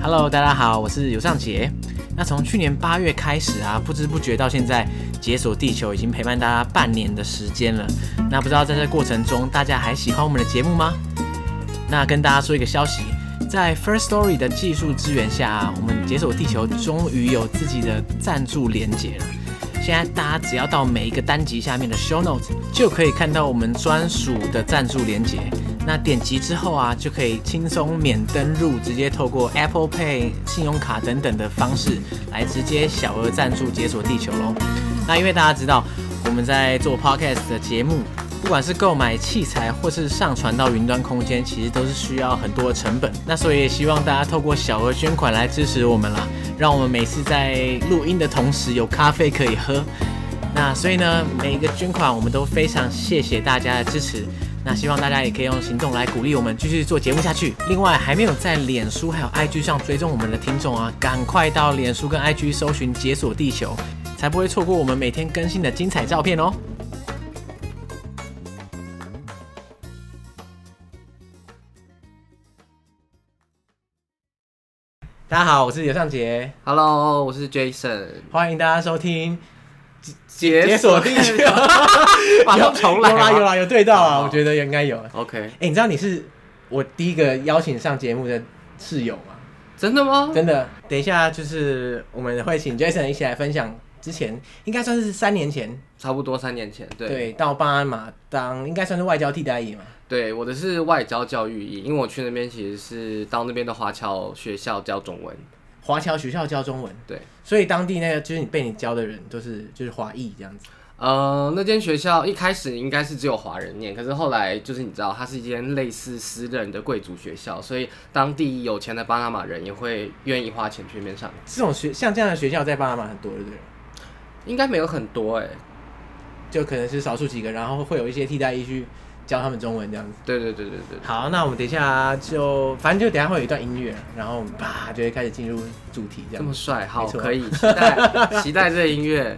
Hello， 大家好，我是尤尚杰。那从去年8月开始啊，不知不觉到现在，解锁地球已经陪伴大家半年的时间了。那不知道在这过程中，大家还喜欢我们的节目吗？那跟大家说一个消息，在 First Story 的技术支援下啊，我们解锁地球终于有自己的赞助连结了。现在大家只要到每一个单集下面的 Show Notes， 就可以看到我们专属的赞助连结。那点击之后啊，就可以轻松免登入，直接透过 Apple Pay、信用卡等等的方式来直接小额赞助解锁地球咯。那因为大家知道我们在做 Podcast 的节目，不管是购买器材或是上传到云端空间，其实都是需要很多的成本。那所以也希望大家透过小额捐款来支持我们啦，让我们每次在录音的同时有咖啡可以喝。那所以呢，每一个捐款我们都非常谢谢大家的支持。那希望大家也可以用行动来鼓励我们继续做节目下去。另外，还没有在脸书还有 IG 上追踪我们的听众啊，赶快到脸书跟 IG 搜寻解锁地球，才不会错过我们每天更新的精彩照片哦。大家好，我是尤尚杰。 Hello， 我是 Jason， 欢迎大家收听解锁地球。马上重来。 有对到啊，我觉得应该有。 OK， 你知道你是我第一个邀请上节目的室友吗？ 真的吗？ 真的。等一下就是我们会请 Jason 一起来分享之前，应该算是3年前， 差不多3年前， 对，到巴拿马当应该算是外交替代役嘛。 对，我的是外交教育役，因为我去那边其实是到那边的华侨学校教中文。 华侨学校教中文， 对， 所以当地那个就是被你教的人都是就是华裔这样子。 那间学校一开始应该是只有华人念，可是后来就是你知道，它是一间类似私人的贵族学校，所以当地有钱的巴拿马人也会愿意花钱去那边上。 像这样的学校在巴拿马很多，对不对？ 应该没有很多欸， 就可能是少数几个，然后会有一些替代役去教他们中文这样子。 对。 好，那我们等一下反正就等一下会有一段音乐，然后我们啪就会开始进入主题这样。 这么帅，好，可以期待这个音乐。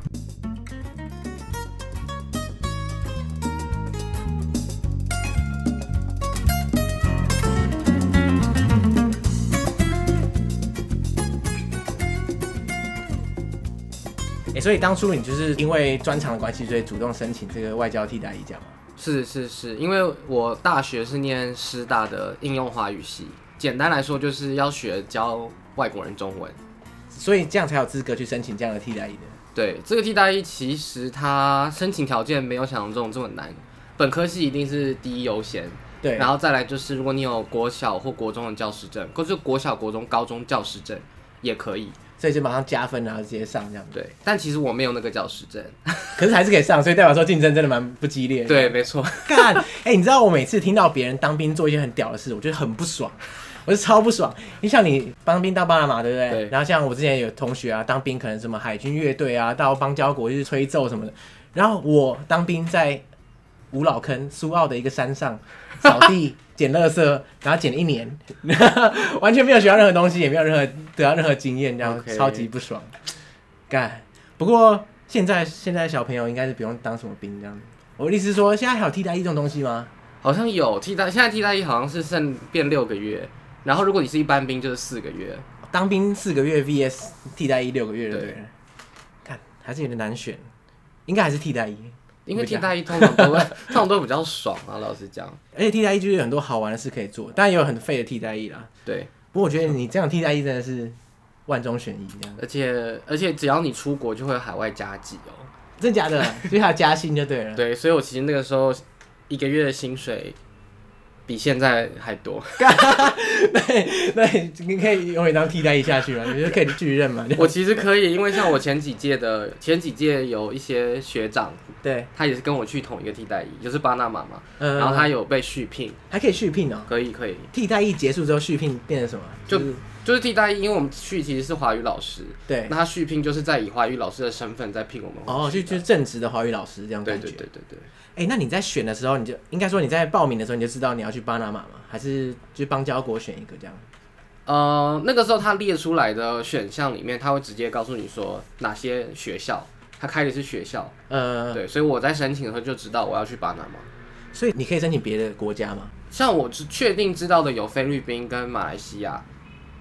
所以当初你就是因为专长的关系，所以主动申请这个外交替代役这样吗？ 是，因为我大学是念师大的应用华语系，简单来说就是要学教外国人中文， 所以这样才有资格去申请这样的替代役的。 对，这个替代役其实它申请条件没有想象中这么难，本科系一定是第一优先， 对， 然后再来就是如果你有国小或国中的教师证，或者国小、国中、高中教师证也可以。 所以就马上加分，然后直接上这样。 对，但其实我没有那个教师证， 可是还是可以上，所以代表说竞争真的蛮不激烈的。 对，没错。 干，你知道我每次听到别人当兵做一些很屌的事，我觉得很不爽，我是超不爽。你像你当兵到巴拿马，对不对？ 对。 然后像我之前有同学啊，当兵可能什么海军乐队啊，到邦交国就是吹奏什么的。然后我当兵在五老坑苏澳的一个山上扫地。捡垃圾，然后捡了1年，完全没有学到任何东西，也没有得到任何经验，这样 超级不爽。干，不过现在小朋友应该是不用当什么兵这样。我的意思是说，现在还有替代役这种东西吗？ 好像有替代，现在替代役好像是剩变6个月，然后如果你是一般兵就是4个月。 当兵4个月 vs 替代役6个月，对不对？看还是有点难选，应该还是替代役。 因为替代役通常都比较爽啊，老实讲。 而且替代役就是有很多好玩的事可以做，当然也有很废的替代役啦。 对， 不过我觉得你这样替代役真的是万中选一这样。 而且只要你出国就会有海外加给哦。 真假的？所以还有加薪就对了。 对，所以我其实那个时候1个月的薪水比现在还多。 那你可以永远当替代役下去吗？你就可以继续任嘛？ 我其实可以，因为像我前几届有一些学长， 对， 他也是跟我去同一个替代役，就是巴拿马嘛，然后他有被续聘， 还可以续聘哦。 可以。 替代役结束之后续聘变成什么？ 就是替代役，因为我们去其实是华语老师， 对， 那他续聘就是在以华语老师的身份在聘我们。 哦，就是正职的华语老师这样感觉。 对。 那你在选的时候，你就应该说你在报名的时候你就知道你要去巴拿马吗？还是就邦交国选一个这样？ 那个时候他列出来的选项里面，他会直接告诉你说哪些学校，他开的是学校。对，所以我在申请的时候就知道我要去巴拿马。 所以你可以申请别的国家吗？ 像我确定知道的有菲律宾跟马来西亚，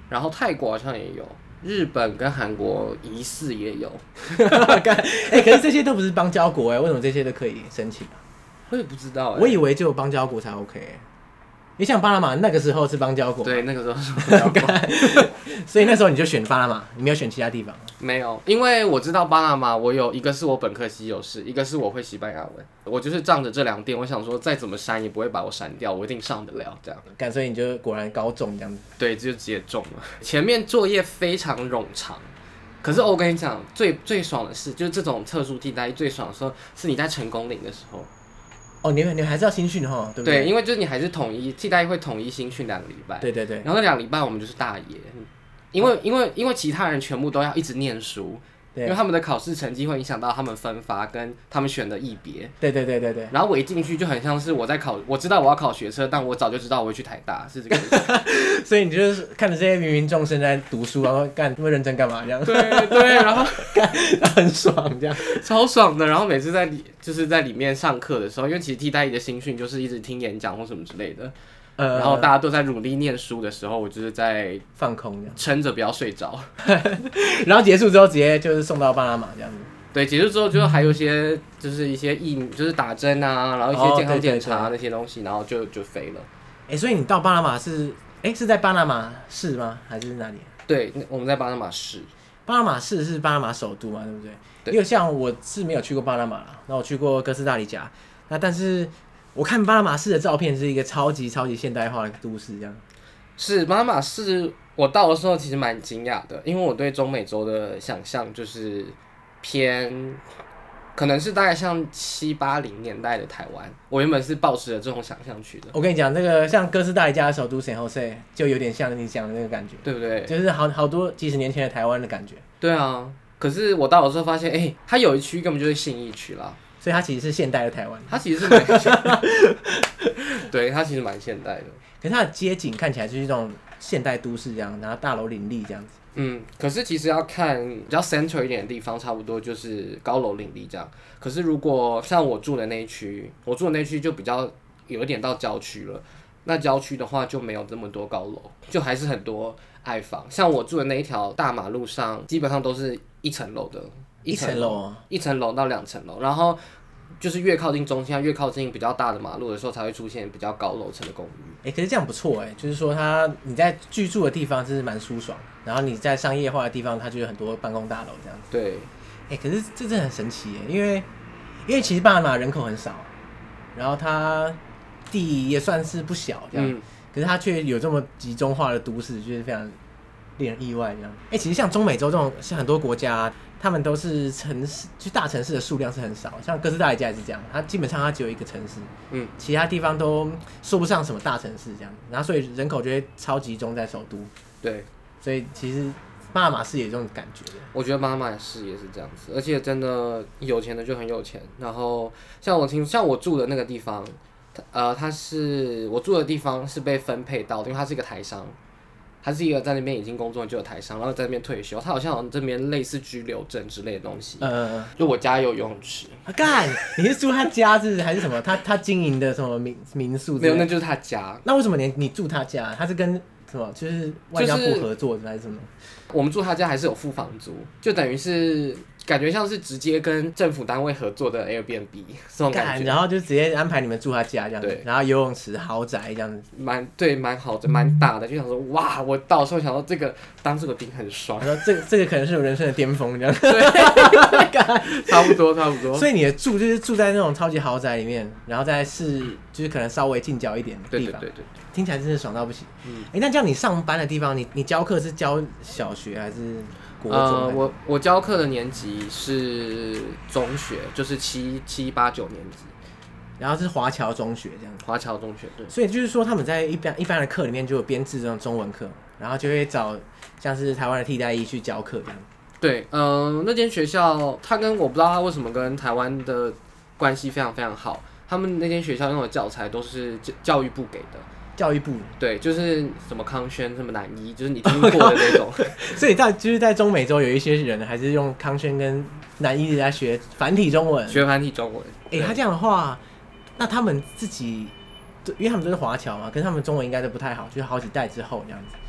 然后泰国好像也有，日本跟韩国疑似也有。 可是这些都不是邦交国为什么这些都可以申请啊？ 我也不知道我以为只有邦交国才 OK。你像巴拿马那个时候是邦交国， 对，那个时候是邦交国， 所以那时候你就选巴拿马，你没有选其他地方？ 没有，因为我知道巴拿马，我有一个是我本科系有事，一个是我会西班牙文，我就是仗着这2点，我想说再怎么删也不会把我删掉，我一定上得了这样。 所以你就果然高中这样子。 对，就直接中了。前面作业非常冗长，可是我跟你讲，最爽的是，就是这种特殊替代役最爽的时候，是你在成功岭的时候。 你们还是要新训哈，对不对？ 对，因为就是你还是替代役会统一新训2个礼拜。 对。 然后那2个礼拜我们就是大爷，因为其他人全部都要一直念书。因为他们的考试成绩会影响到他们分发跟他们选的役别。 对。 然后我一进去就很像是我知道我要考学测，但我早就知道我会去台大，是这个意思。 所以你就是看着这些芸芸众生在读书，然后那么认真干嘛这样？ 对，然后很爽这样， 超爽的。然后每次就是在里面上课的时候，因为其实替代役的新训就是一直听演讲或什么之类的。然后大家都在努力念书的时候，我就是在放空， 撑着不要睡着。 然后结束之后直接就是送到巴拿马这样子。 对，结束之后就还有一些就是一些就是打针啊，然后一些健康检查那些东西，然后就飞了。 所以你到巴拿马是在巴拿马市吗？还是哪里？ 对，我们在巴拿马市。 巴拿马市是巴拿马首都嘛，对不对？ 对。 因为像我是没有去过巴拿马啦，那我去过哥斯达黎加，但是我看巴拿马市的照片是一个超级现代化的都市，这样。 是巴拿马市，我到的时候其实蛮惊讶的，因为我对中美洲的想象就是偏，可能是大概像70-80年代的台湾。我原本是抱持着这种想象去的。 我跟你讲，那个像哥斯达黎加的首都 San Jose 就有点像你讲的那个感觉， 对不对？ 就是好多几十年前的台湾的感觉。 对啊，可是我到的时候发现，它有一区根本就是信义区啦。 所以它其实是现代的台湾， 它其实是蛮对，它其实蛮现代的。 可是它的街景看起来就是一种现代都市这样，然后大楼林立这样子。 可是其实要看比较 central 一点的地方，差不多就是高楼林立这样。可是如果像我住的那一区就比较有一点到郊区了。那郊区的话就没有这么多高楼，就还是很多矮房。像我住的那一条大马路上，基本上都是1层楼的。1层楼到2层楼，然后就是越靠近中心，越靠近比较大的马路的时候，才会出现比较高楼层的公寓。 可是这样不错就是说你在居住的地方是蛮舒爽，然后你在商业化的地方，它就有很多办公大楼这样子。 对， 可是这真的很神奇因为其实巴拿马人口很少，然后它地也算是不小这样，可是它却有这么集中化的都市，就是非常令人意外这样。其实像中美洲这种，像很多国家他们都是城市，就大城市的数量是很少，像哥斯达黎加也是这样，它基本上它只有一个城市，其他地方都说不上什么大城市这样，然后所以人口就会超集中在首都。 对， 所以其实巴拿马是有这种感觉的。 我觉得巴拿马市也是这样子，而且真的有钱的就很有钱。然后像我住的那个地方，我住的地方是被分配到的，因为它是一个台商。他是一个在那边已经工作就有台商，然后在那边退休。他好像这边类似居留证之类的东西。就我家有游泳池。 干，你是住他家还是什么？他经营的什么民宿？ 没有，那就是他家。 那为什么你住他家？他是跟什么？就是外交部合作的还是什么？ 我们住他家还是有付房租，就等于是感觉像是直接跟政府单位合作的 Airbnb 这种感觉。 然后就直接安排你们住他家这样子，然后游泳池豪宅这样子， 蛮好的，蛮大的，就想说哇，我到时候想到这个当这个兵很爽。 说这个可能是我人生的巅峰这样。 对，差不多。 所以你的就是住在那种超级豪宅里面，然后再就是可能稍微近郊一点的地方。对。听起来真是爽到不行。那这样你上班的地方，你教课是教小学还是国中？ 我教课的年级是中学，就是7、8、9年级， 然后是华侨中学这样。 华侨中学，对。 所以就是说他们在一般的课里面就有编制这种中文课，然后就会找像是台湾的替代役去教课这样。 对，那间学校我不知道他为什么跟台湾的关系非常非常好，他们那间学校用的教材都是教育部给的。 教育部对，就是什么康轩、什么南一，就是你听过的那种。 所以就是在中美洲有一些人还是用康轩跟南一在学繁体中文。他这样的话，那他们自己，因为他们都是华侨嘛，跟他们中文应该都不太好，就是好几代之后这样子。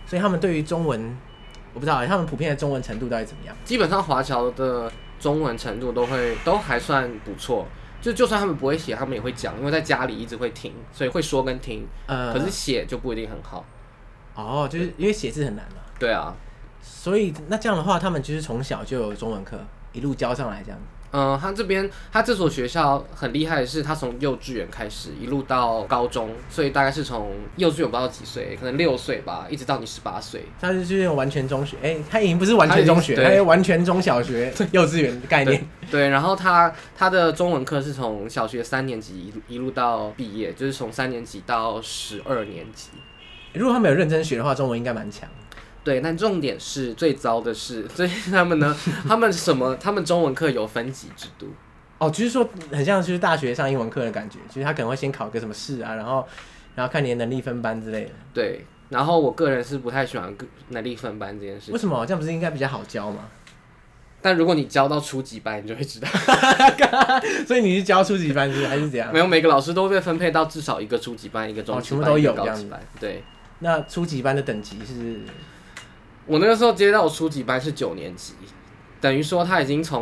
所以他们对于中文，我不知道他们普遍的中文程度到底怎么样？ 基本上华侨的中文程度都还算不错。就算他们不会写，他们也会讲，因为在家里一直会听，所以会说跟听。可是写就不一定很好。 哦，就是因为写字很难嘛。 对啊。 所以那这样的话，他们就是从小就有中文课，一路教上来这样。 他这所学校很厉害的是，他从幼稚园开始一路到高中，所以大概是从幼稚园不知道几岁，可能6岁吧，一直到你18岁。 他就是用完全中学，他已经不是完全中学，他是完全中小学、幼稚园的概念。 对，然后他的中文课是从小学3年级一路到毕业，就是从3年级到12年级。 如果他们有认真学的话，中文应该蛮强。 对，但重点是最糟的是，所以他们呢，他们中文课有分级制度。 哦，就是说很像就是大学上英文课的感觉，就是他可能会先考个什么试啊，然后看你的能力分班之类的。 对，然后我个人是不太喜欢能力分班这件事。 为什么？这样不是应该比较好教吗？ 但如果你教到初级班，你就会知道。 所以你是教初级班还是怎样？ 没有，每个老师都被分配到至少一个初级班，一个中级班， 全部都有一个高级班。对。 那初级班的等级是？ 我那个时候接到我初级班是9年级，等于说他已经从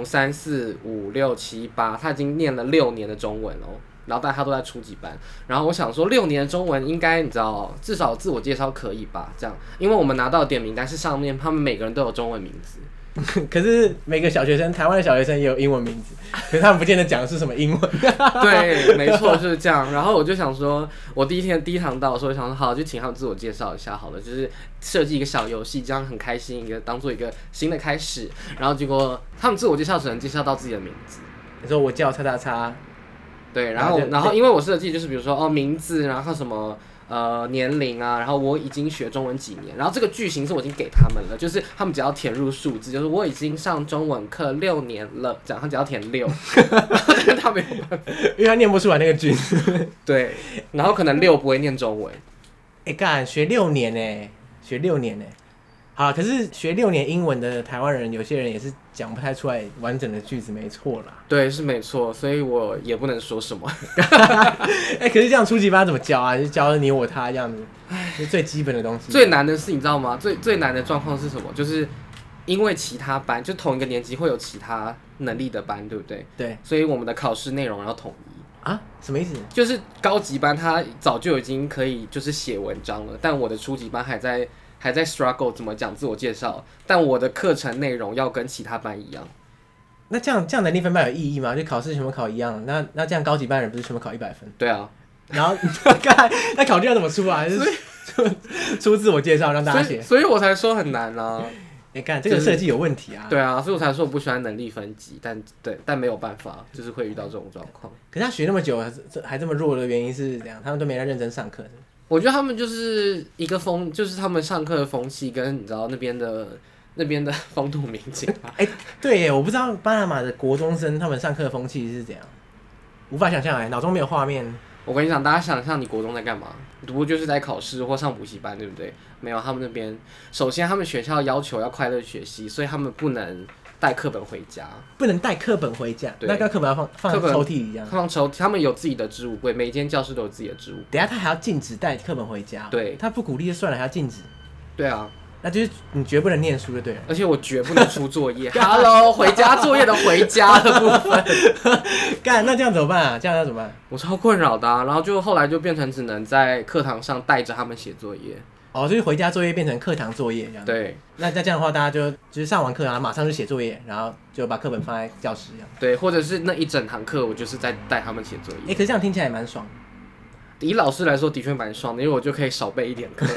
3、4、5、6、7、8，他已经念了6年的中文哦。然后但他都在初级班，然后我想说6年的中文应该你知道至少自我介绍可以吧？这样，因为我们拿到的点名单是上面他们每个人都有中文名字。 可是每个小学生，台湾的小学生也有英文名字，可是他们不见得讲的是什么英文。 对，没错，就是这样。然后我就想说，我第一堂到的时候，我想说好，就请他们自我介绍一下好了，就是设计一个小游戏，这样很开心，当做一个新的开始。然后结果他们自我介绍只能介绍到自己的名字。 你说我叫叉叉叉。 对，然后因为我设计就是比如说名字，然后什么。年龄啊，然后我已经学中文几年，然后这个句型是我已经给他们了，就是他们只要填入数字，就是我已经上中文课6年了，这样他只要填6，但他没有办法， 因为他念不出来那个句。 对，然后可能6不会念中文。 干学6年呢，学6年呢。好，可是学6年英文的台湾人，有些人也是讲不太出来完整的句子，没错啦。 对，是没错，所以我也不能说什么。 可是这样初级班怎么教啊？就教你我他这样子，就最基本的东西。 最难的是你知道吗？最难的状况是什么？就是因为其他班就同一个年级会有其他能力的班，对不对？ 对， 所以我们的考试内容要统一。 啊？什么意思？ 就是高级班他早就已经可以就是写文章了，但我的初级班还在 struggle 怎么讲自我介绍，但我的课程内容要跟其他班一样。 那这样能力分班有意义吗？就考试全部考一样，那这样高级班人不是全部考100分？ 对啊。 然后那考卷要怎么出啊？就是出自我介绍让大家写。 所以我才说很难啊。 干这个设计有问题啊。 对啊，所以我才说我不喜欢能力分级，但没有办法，就是会遇到这种状况。 可是他学那么久还这么弱的原因是怎样？他们都没在认真上课。 我觉得他们就是一个就是他们上课的风气跟你知道那边的风土民情吧。 对耶，我不知道巴拿马的国中生他们上课的风气是怎样，无法想象脑中没有画面。 我跟你讲，大家想象你国中在干嘛？不就是在考试或上补习班，对不对？没有，他们那边首先他们学校要求要快乐学习，所以他们不能带课本回家。 不能带课本回家？那课本要放抽屉里这样？ 放抽屉，他们有自己的置物柜，每间教室都有自己的置物柜。 等一下他还要禁止带课本回家？ 对， 他不鼓励就算了，还要禁止？ 对啊。 那就是你绝不能念书就对了， 而且我绝不能出作业。Hello， 回家作业的回家的部分。 干，那这样怎么办啊？这样要怎么办？ 我超困扰的然后就后来就变成只能在课堂上带着他们写作业。 哦，就是回家作业变成课堂作业这样。 对。 那这样的话，大家就是上完课然后马上就写作业，然后就把课本放在教室这样。 对，或者是那一整堂课我就是在带他们写作业。 可是这样听起来也蛮爽。 以老师来说的确蛮爽的，因为我就可以少背一点课。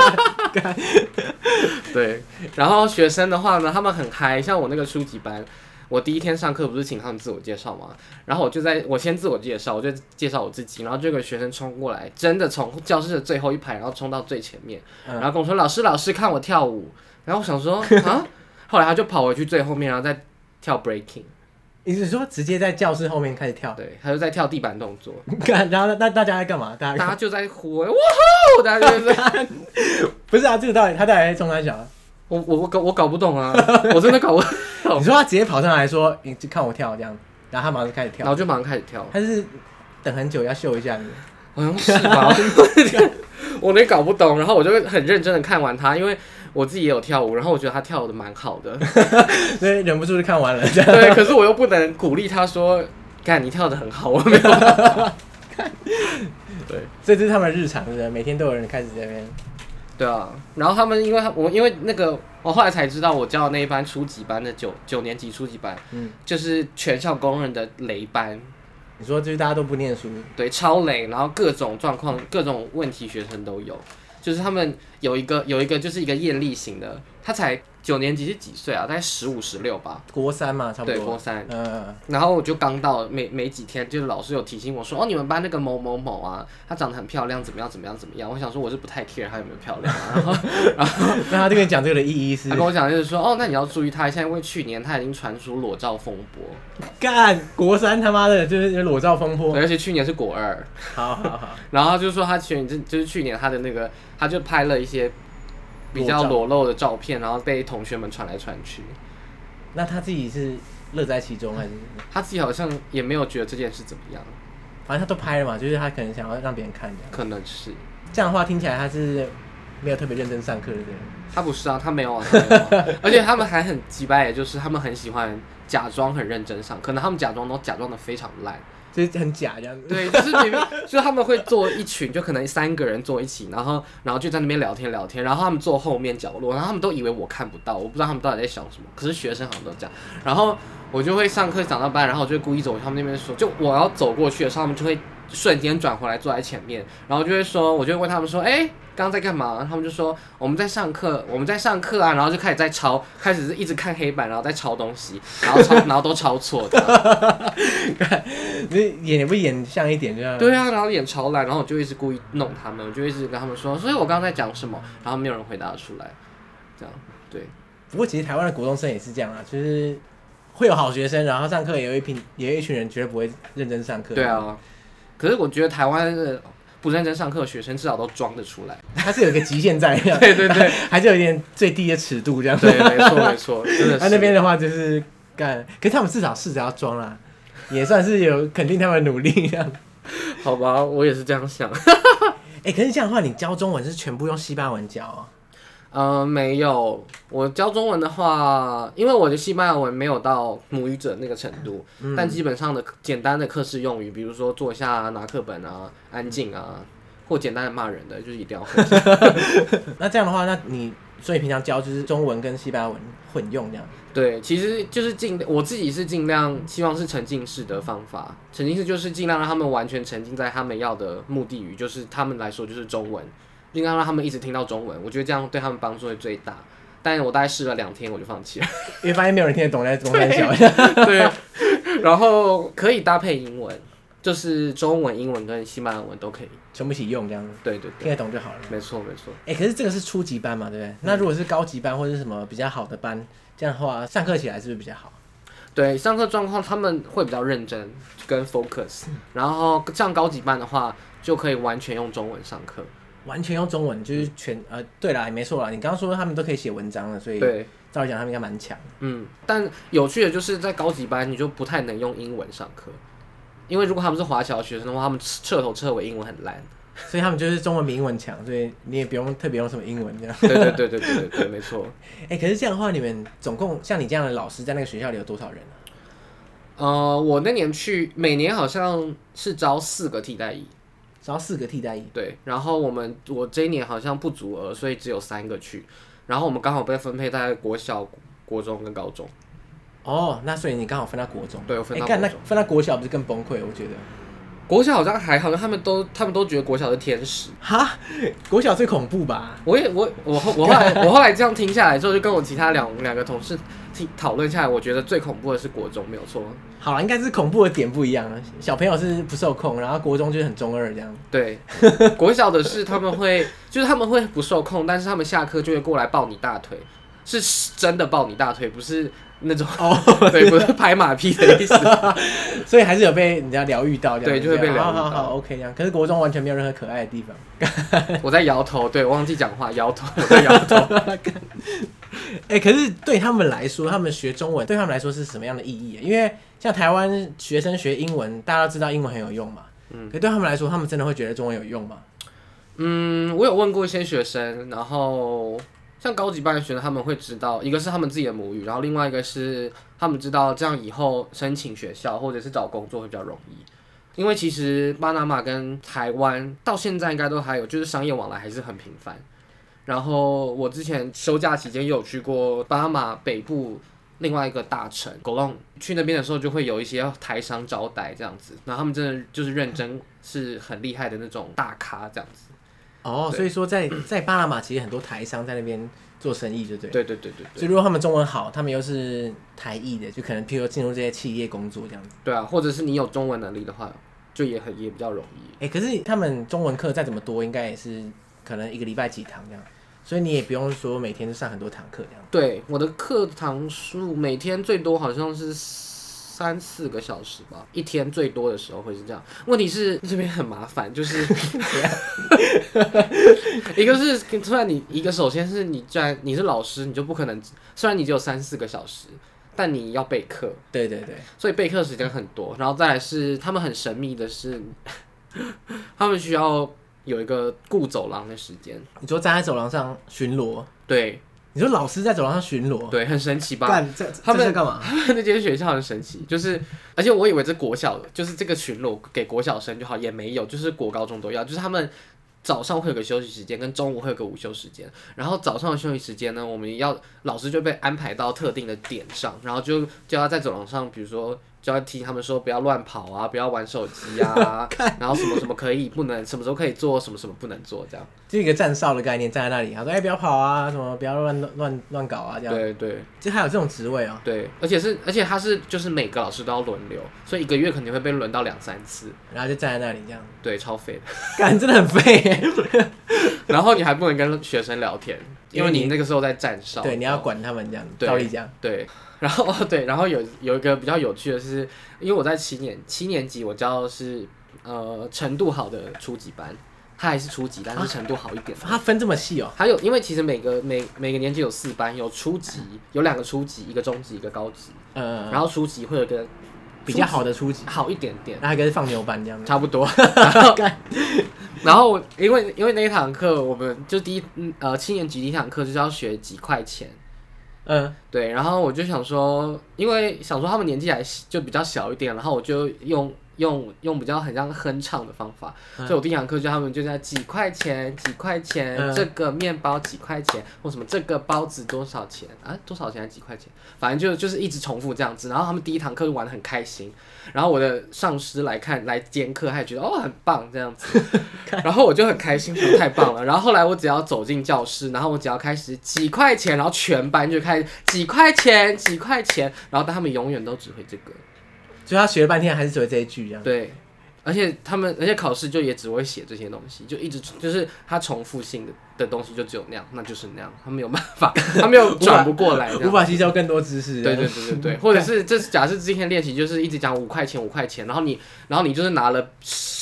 对，然后学生的话呢，他们很嗨，像我那个初级班，我第一天上课不是请他们自我介绍嘛，然后我先自我介绍，我就介绍我自己，然后就有个学生冲过来，真的从教室的最后一排，然后冲到最前面，然后跟我说：“老师看我跳舞。”然后我想说啊，后来他就跑回去最后面，然后再跳 breaking。 你是说直接在教室后面开始跳？ 对，他就在跳地板动作。 然后那大家在干嘛？大家就在呼哇吼，大家就在不是啊，这个他到底在冲三小？ 我搞不懂啊，我真的搞不懂。 你说他直接跑上来说：“你看我跳这样。”然后他马上就开始跳， 然后就马上开始跳。 他是等很久要秀一下你。 好像是吧，我也搞不懂，然后我就很认真的看完他，因为我自己也有跳舞，然后我觉得他跳的蛮好的， 所以忍不住就看完了。 对，可是我又不能鼓励他说，干你跳的很好，我没有办法。对， 所以这是他们的日常，是每天都有人开始在那边。 对啊，然后他们因为那个我后来才知道，我教的那一班初级班的九年级初级班，就是全校公认的雷班。 你说就是大家都不念书， 对，超雷，然后各种状况、各种问题学生都有。就是他们有一个就是一个艳丽型的，他才9年级是几岁啊？大概15、16吧。 国3嘛，差不多。 对，国3。然后我就刚到没几天，就是老师有提醒我说，哦，你们班那个某某某啊，她长得很漂亮，怎么样怎么样怎么样。我想说我是不太 care 她有没有漂亮啊。然后那他就跟你讲这个的意义是？ 他跟我讲就是说，哦，那你要注意她一下，因为去年她已经传出裸照风波。 干，国3他妈的就是裸照风波。 对，而且去年是国2。 好。 然后他就说他就是去年他的那个，他就拍了一些比较裸露的照片，然后被同学们传来传去。 那他自己是乐在其中还是？ 他自己好像也没有觉得这件事怎么样。 反正他都拍了嘛，就是他可能想要让别人看的。 可能是这样的话听起来他是没有特别认真上课的，对。 他不是啊，他没有啊，而且他们还很鸡掰，就是他们很喜欢假装很认真上，可能他们假装都假装的非常烂。 就是很假这样子。 对，就是明明就是他们会坐一群，就可能3个人坐一起，然后就在那边聊天，然后他们坐后面角落，然后他们都以为我看不到，我不知道他们到底在想什么。可是学生好像都这样，然后我就会上课上到班，然后我就会故意走他们那边说，就我要走过去的时候，他们就会瞬间转回来坐在前面，然后就会说，我就会问他们说，刚刚在干嘛？他们就说我们在上课啊，然后就开始是一直看黑板，然后在抄东西，然后都抄错的。 你演也不演像一点这样？ 对啊，然后演超烂，然后我就一直故意弄他们，我就一直跟他们说，所以我刚刚在讲什么，然后没有人回答出来，这样对。 不过其实台湾的国中生也是这样啊，就是会有好学生，然后上课也有一群人绝对不会认真上课。 对啊，可是我觉得台湾的不认真上课的学生至少都装得出来， 他是有一个极限在， 对对对， 还是有一点最低的尺度这样。 对，没错，真的是。 他那边的话就是干，可是他们至少试着要装啦，也算是有肯定他们的努力这样。 好吧，我也是这样想。 可是这样的话，你教中文是全部用西班牙文教啊？ 没有，我教中文的话，因为我的西班牙文没有到母语者那个程度，但基本上的简单的课室用语，比如说坐下啊、拿课本啊、安静啊，或简单的骂人的，就是一定要会。 那这样的话，所以平常教就是中文跟西班牙文混用这样？ 对，其实就是我自己是尽量希望是沉浸式的方法，沉浸式就是尽量让他们完全沉浸在他们要的目的语，就是他们来说就是中文。尽量让他们一直听到中文，我觉得这样对他们帮助会最大。但我大概试了2天，我就放弃了， 因为发现没有人听得懂在中山小。 对，然后可以搭配英文，就是中文、英文跟西班牙文都可以全部一起用这样子。 对， 听得懂就好了。 没错。 可是这个是初级班嘛，对不对？那如果是高级班或者是什么比较好的班，这样的话上课起来是不是比较好？ 对，上课状况他们会比较认真跟 focus，然后像高级班的话就可以完全用中文上课。 完全用中文就是对啦，也没错啦。你刚刚说他们都可以写文章了，所以对， 照理讲他们应该蛮强。 但有趣的就是在高级班你就不太能用英文上课，因为如果他们是华侨的学生的话，他们彻头彻尾英文很烂， 所以他们就是中文比英文强，所以你也不用特别用什么英文这样。 对，没错。 可是这样的话，你们总共像你这样的老师在那个学校里有多少人啊？ 我那年去，每年好像是招4个替代役。 招4个替代役， 对，然后我这一年好像不足额，所以只有3个去，然后我们刚好被分配在国小、国中跟高中。 那所以你刚好分到国中。 对，我分到国中。 那分到国小不是更崩溃？我觉得国小好像还好，他们都觉得国小是天使。 哈，国小最恐怖吧？ 我后来这样听下来之后，就跟我其他两个同事讨论下来，我觉得最恐怖的是国中，没有错。 好啦，应该是恐怖的点不一样了。小朋友是不受控，然后国中就是很中二这样。 对，国小的是他们会不受控，但是他们下课就会过来抱你大腿，是真的抱你大腿，不是那种对，不是拍马屁的意思。 所以还是有被人家疗愈到这样。 对，就会被疗愈到。 好 OK 这样。可是国中完全没有任何可爱的地方。 我在摇头，对，我忘记讲话，摇头，我在摇头。 可是对他们来说，他们学中文对他们来说是什么样的意义？因为像台湾学生学英文，大家都知道英文很有用嘛， 可对他们来说，他们真的会觉得中文有用吗？ 我有问过一些学生，然后像高级班的学生，他们会知道，一个是他们自己的母语，然后另外一个是他们知道这样以后申请学校或者是找工作会比较容易。因为其实巴拿马跟台湾到现在应该都还有，就是商业往来还是很频繁。然后我之前休假期间也有去过巴拿马北部另外一个大城狗隆，去那边的时候就会有一些台商招待这样子，然后他们真的就是认真，是很厉害的那种大咖这样子。 所以说在巴拿马其实很多台商在那边做生意，对不对？ 对。 所以如果他们中文好，他们又是台裔的，就可能譬如进入这些企业工作这样子。 对啊，或者是你有中文能力的话，就也比较容易。 可是他们中文课再怎么多，应该也是可能一个礼拜几堂这样，所以你也不用说每天都上很多堂课这样。 对，我的课堂数每天最多好像是3-4个小时吧，一天最多的时候会是这样。问题是这边很麻烦，就是一个是突然首先是你既然你是老师，你就不可能，虽然你只有3-4个小时，但你要备课。 对， 所以备课时间很多，然后再来是他们很神秘的是，他们需要有一个顾走廊的时间。 你说站在走廊上巡逻？ 对。 你说老师在走廊上巡逻？ 对，很神奇吧？ 他们在干嘛？ 他们那间学校很神奇，就是而且我以为这国小就是这个巡逻给国小生就好，也没有，就是国高中都要，就是他们早上会有个休息时间，跟中午会有个午休时间。然后早上的休息时间呢，老师就被安排到特定的点上，然后就叫他在走廊上，比如说就要提他们说不要乱跑啊，不要玩手机啊，然后什么什么可以不能，什么时候可以做，什么什么不能做，这样。 就一个站哨的概念，站在那里，他说：“不要跑啊，什么不要乱搞啊，这样。” 对， 就还有这种职位哦。 对，而且他是就是每个老师都要轮流，所以一个月肯定会被轮到2-3次， 然后就站在那里这样。 对，超废的， 干真的很废耶。 然后你还不能跟学生聊天，因为你那个时候在站哨。 对，你要管他们这样，照例这样。 对，然后有一个比较有趣的是，因为我在七年级，我教的是程度好的初级班。它还是初级，但是程度好一点。 它分这么细哦？ 还有，因为其实每个年级有4班，有初级，有2个初级，一个中级，一个高级。然后初级会有个比较好的初级， 好一点点。 那还跟放牛班这样。 差不多。然后因为那一堂课，我们就7年级第一堂课就是要学几块钱。对。然后我就想说，因为想说他们年纪还就比较小一点，然后我就用比较很像哼唱的方法，所以我第一堂课就他们就在几块钱，这个面包几块钱，或什么这个包子多少钱啊？多少钱还几块钱？反正就是一直重复这样子。然后他们第一堂课就玩得很开心，然后我的上司来监课，他也觉得很棒这样子，然后我就很开心，太棒了。然后后来我只要走进教室，然后我只要开始几块钱，然后全班就开始几块钱，然后但他们永远都只会这个。 所以他学了半天还是只会这一句这样。 对，而且考试就也只会写这些东西，就一直就是他重复性的东西就只有那样，那就是那样，他没有办法，他没有转不过来， 无法吸收更多知识。 对，或者是假设之前练习就是一直讲5块钱，然后你就是拿了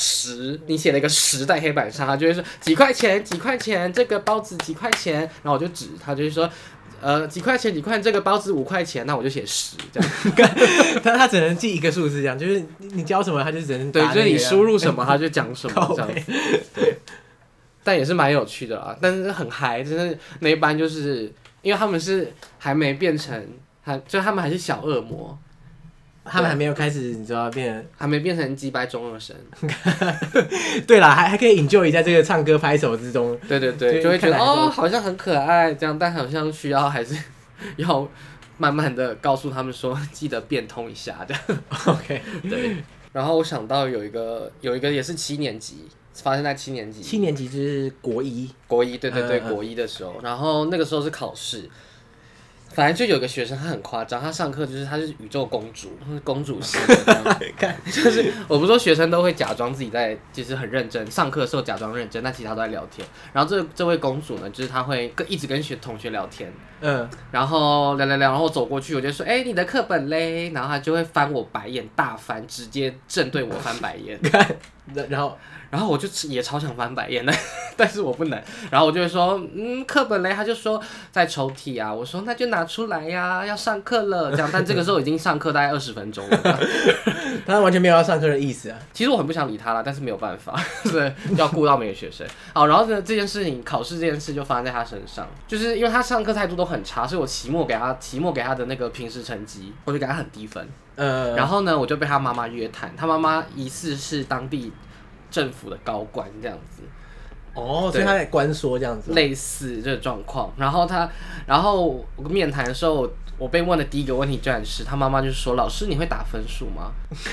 10，你写了一个10在黑板上，他就会说几块钱，这个包子几块钱，然后我就指，他就会说。几块钱，这个包子5块钱，那我就写10这样。 他只能记一个数字，这样就是你教什么，他就只能对，就是你输入什么，他就讲什么这样。对，但也是蛮有趣的啦，但是很嗨，真的那一班就是因为他们是还没变成，就他们还是小恶魔。 他们还没有开始，你知道还没变成击败中二生。 对啦，还可以 enjoy 在这个唱歌拍手之中。 对，就会觉得好像很可爱这样，但好像需要还是要慢慢的告诉他们说，记得变通一下这样。 OK， 对。然后我想到有一个也是7年级，发生在7年级。 7年级就是国一， 对，国一的时候，然后那个时候是考试。反正就有个学生，他很夸张，他上课就是他是宇宙公主，公主系的，就是我不是说学生都会假装自己在就是很认真，上课的时候假装认真，但其他都在聊天。然后这位公主呢，就是她会一直跟同学聊天，然后聊，然后走过去，我就说，你的课本嘞？然后他就会翻我白眼，大翻，直接正对我翻白眼。 然后我就也超想翻白眼的， 但是我不能。然后我就会说，课本嘞，他就说在抽屉啊。我说那就拿出来呀，要上课了这样。但这个时候已经上课大概20分钟了， 他完全没有要上课的意思啊。 其实我很不想理他啦，但是没有办法，对，要顾到每个学生。好，然后呢，这件事情考试这件事就发生在他身上，就是因为他上课态度都很差，所以我期末给他的那个平时成绩，我就给他很低分。然后呢，我就被他妈妈约谈，他妈妈疑似是当地政府的高官这样子。 哦，所以他在关说这样子， 类似这个状况。然后我面谈的时候，我被问的第一个问题居然是他妈妈就说：“老师，你会打分数吗？”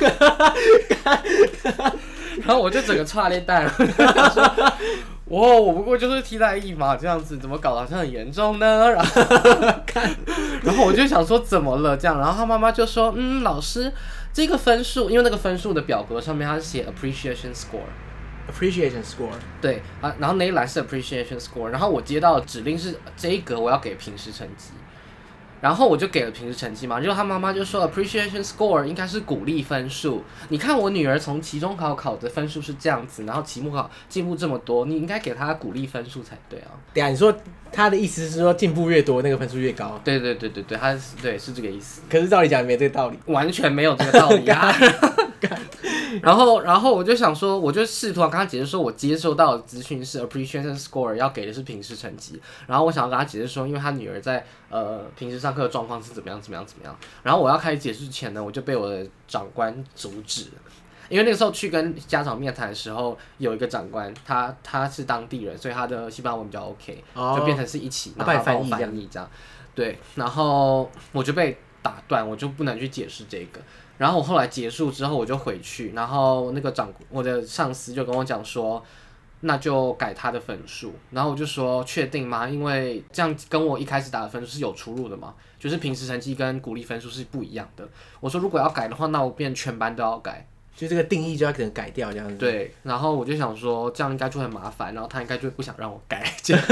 然后我就整个剉咧蛋，我不过就是替代役嘛，这样子怎么搞得好像很严重呢？然后我就想说怎么了这样，然后他妈妈就说：“老师，这个分数，因为那个分数的表格上面它是写 appreciation score。”appreciation score 对啊，然后那一栏是 appreciation score， 然后我接到的指令是这一格我要给平时成绩，然后我就给了平时成绩嘛，结果他妈妈就说 appreciation score 应该是鼓励分数，你看我女儿从期中考的分数是这样子，然后期末考进步这么多，你应该给她鼓励分数才对啊。 对啊，你说他的意思是说进步越多，那个分数越高？ 对，他是这个意思。 可是照理讲没这个道理， 完全没有这个道理啊。然后我就想说，我就试图跟他解释说，我接受到的资讯是 appreciation score 要给的是平时成绩，然后我想要跟他解释说，因为他女儿在平时上课的状况是怎么样，然后我要开始解释之前呢，我就被我的长官阻止了。因为那个时候去跟家长面谈的时候，有一个长官，他是当地人，所以他的西班牙文比较 OK，就变成是一起，然后他帮我翻译这样。对，然后我就被打断，我就不能去解释这个。然后我后来结束之后，我就回去，然后那个我的上司就跟我讲说，那就改他的分数。然后我就说确定吗？因为这样跟我一开始打的分数是有出入的嘛，就是平时成绩跟鼓励分数是不一样的。我说如果要改的话，那我变全班都要改。 就这个定义就要可能改掉这样子。 对，然后我就想说这样应该就很麻烦，然后他应该就不想让我改这样。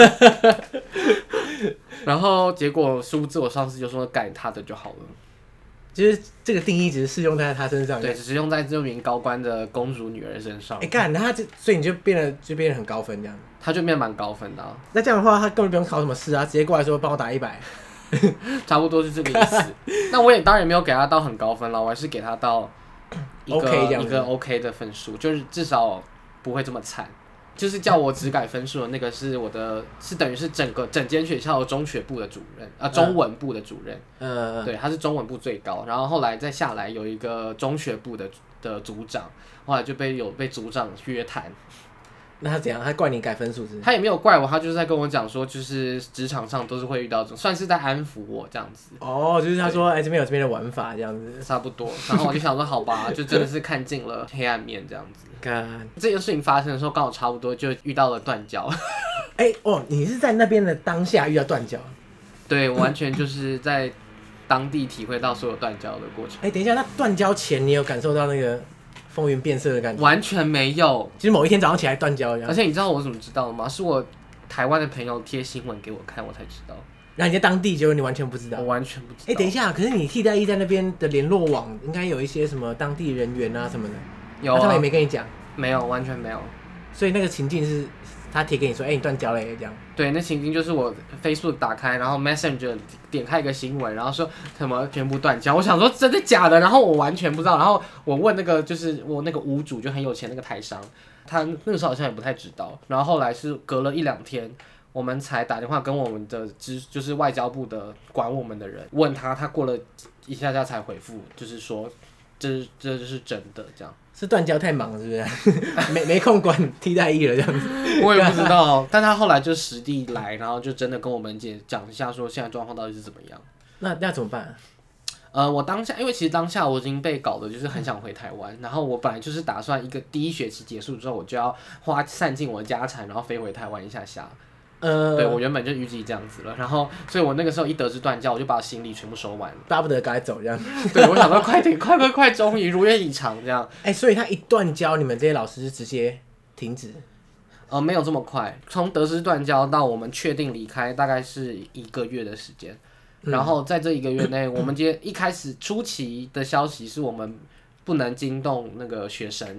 然后结果殊不知我上司就说改他的就好了。 就是这个定义只是适用在他身上， 对，只是用在这名高官的公主女儿身上。 干，所以你就变得很高分这样。 他就变蛮高分的啊。 那这样的话，他根本不用考什么试啊，直接过来说帮我打100。 差不多是这个意思。那我也当然没有给他到很高分了，我还是给他到一个 OK 的分数，就是至少不会这么惨。就是叫我只改分数的那个是是等于是整间学校的中学部的主任，中文部的主任。对，他是中文部最高，然后后来再下来有一个中学部的组长，后来就被组长约谈。 那他怎样？他怪你改分数是不是？ 他也没有怪我，他就是在跟我讲说，就是职场上都是会遇到这种，算是在安抚我这样子。 哦，就是他说，这边有这边的玩法这样子， 差不多。然后我就想说，好吧，就真的是看尽了黑暗面这样子。这件事情发生的时候，刚好差不多就遇到了断交。 你是在那边的当下遇到断交？ 对，完全就是在当地体会到所有断交的过程。 等一下，那断交前你有感受到那个风云变色的感觉？ 完全没有。 其实某一天早上起来断交， 而且你知道我怎么知道的吗？是我台湾的朋友贴新闻给我看，我才知道。 然后你在当地，结果你完全不知道？ 我完全不知道。 等一下，可是你替代役在那边的联络网应该有一些什么当地人员啊什么的？ 有啊。 他们也没跟你讲？ 没有，完全没有。 所以那个情境是他贴给你说，你断交了这样。 对，那情境就是我 Facebook 打开，然后 Messenger 点开一个新闻，然后说什么全部断交。我想说真的假的，然后我完全不知道。然后我问那个就是我那个屋主就很有钱那个台商，他那个时候好像也不太知道。然后后来是隔了1-2天，我们才打电话跟我们的就是外交部的管我们的人问他，他过了一下下才回复，就是说这是真的这样。 是断交太忙了是不是？没空管替代役了这样子。 我也不知道，但他后来就实地来，然后就真的跟我们讲一下说现在状况到底是怎么样。 那怎么办？ 我当下因为其实当下我已经被搞的就是很想回台湾，然后我本来就是打算第一学期结束之后我就要散尽我的家产，然后飞回台湾一下下。对，我原本就预计这样子了，然后所以我那个时候一得知断交，我就把行李全部收完了， 巴不得赶快走这样。 对，我想说快点，快，终于如愿以偿这样。 所以他一断交，你们这些老师是直接停止？ 没有这么快，从得知断交到我们确定离开，大概是1个月的时间。然后在这1个月内，我们一开始初期的消息是我们不能惊动那个学生。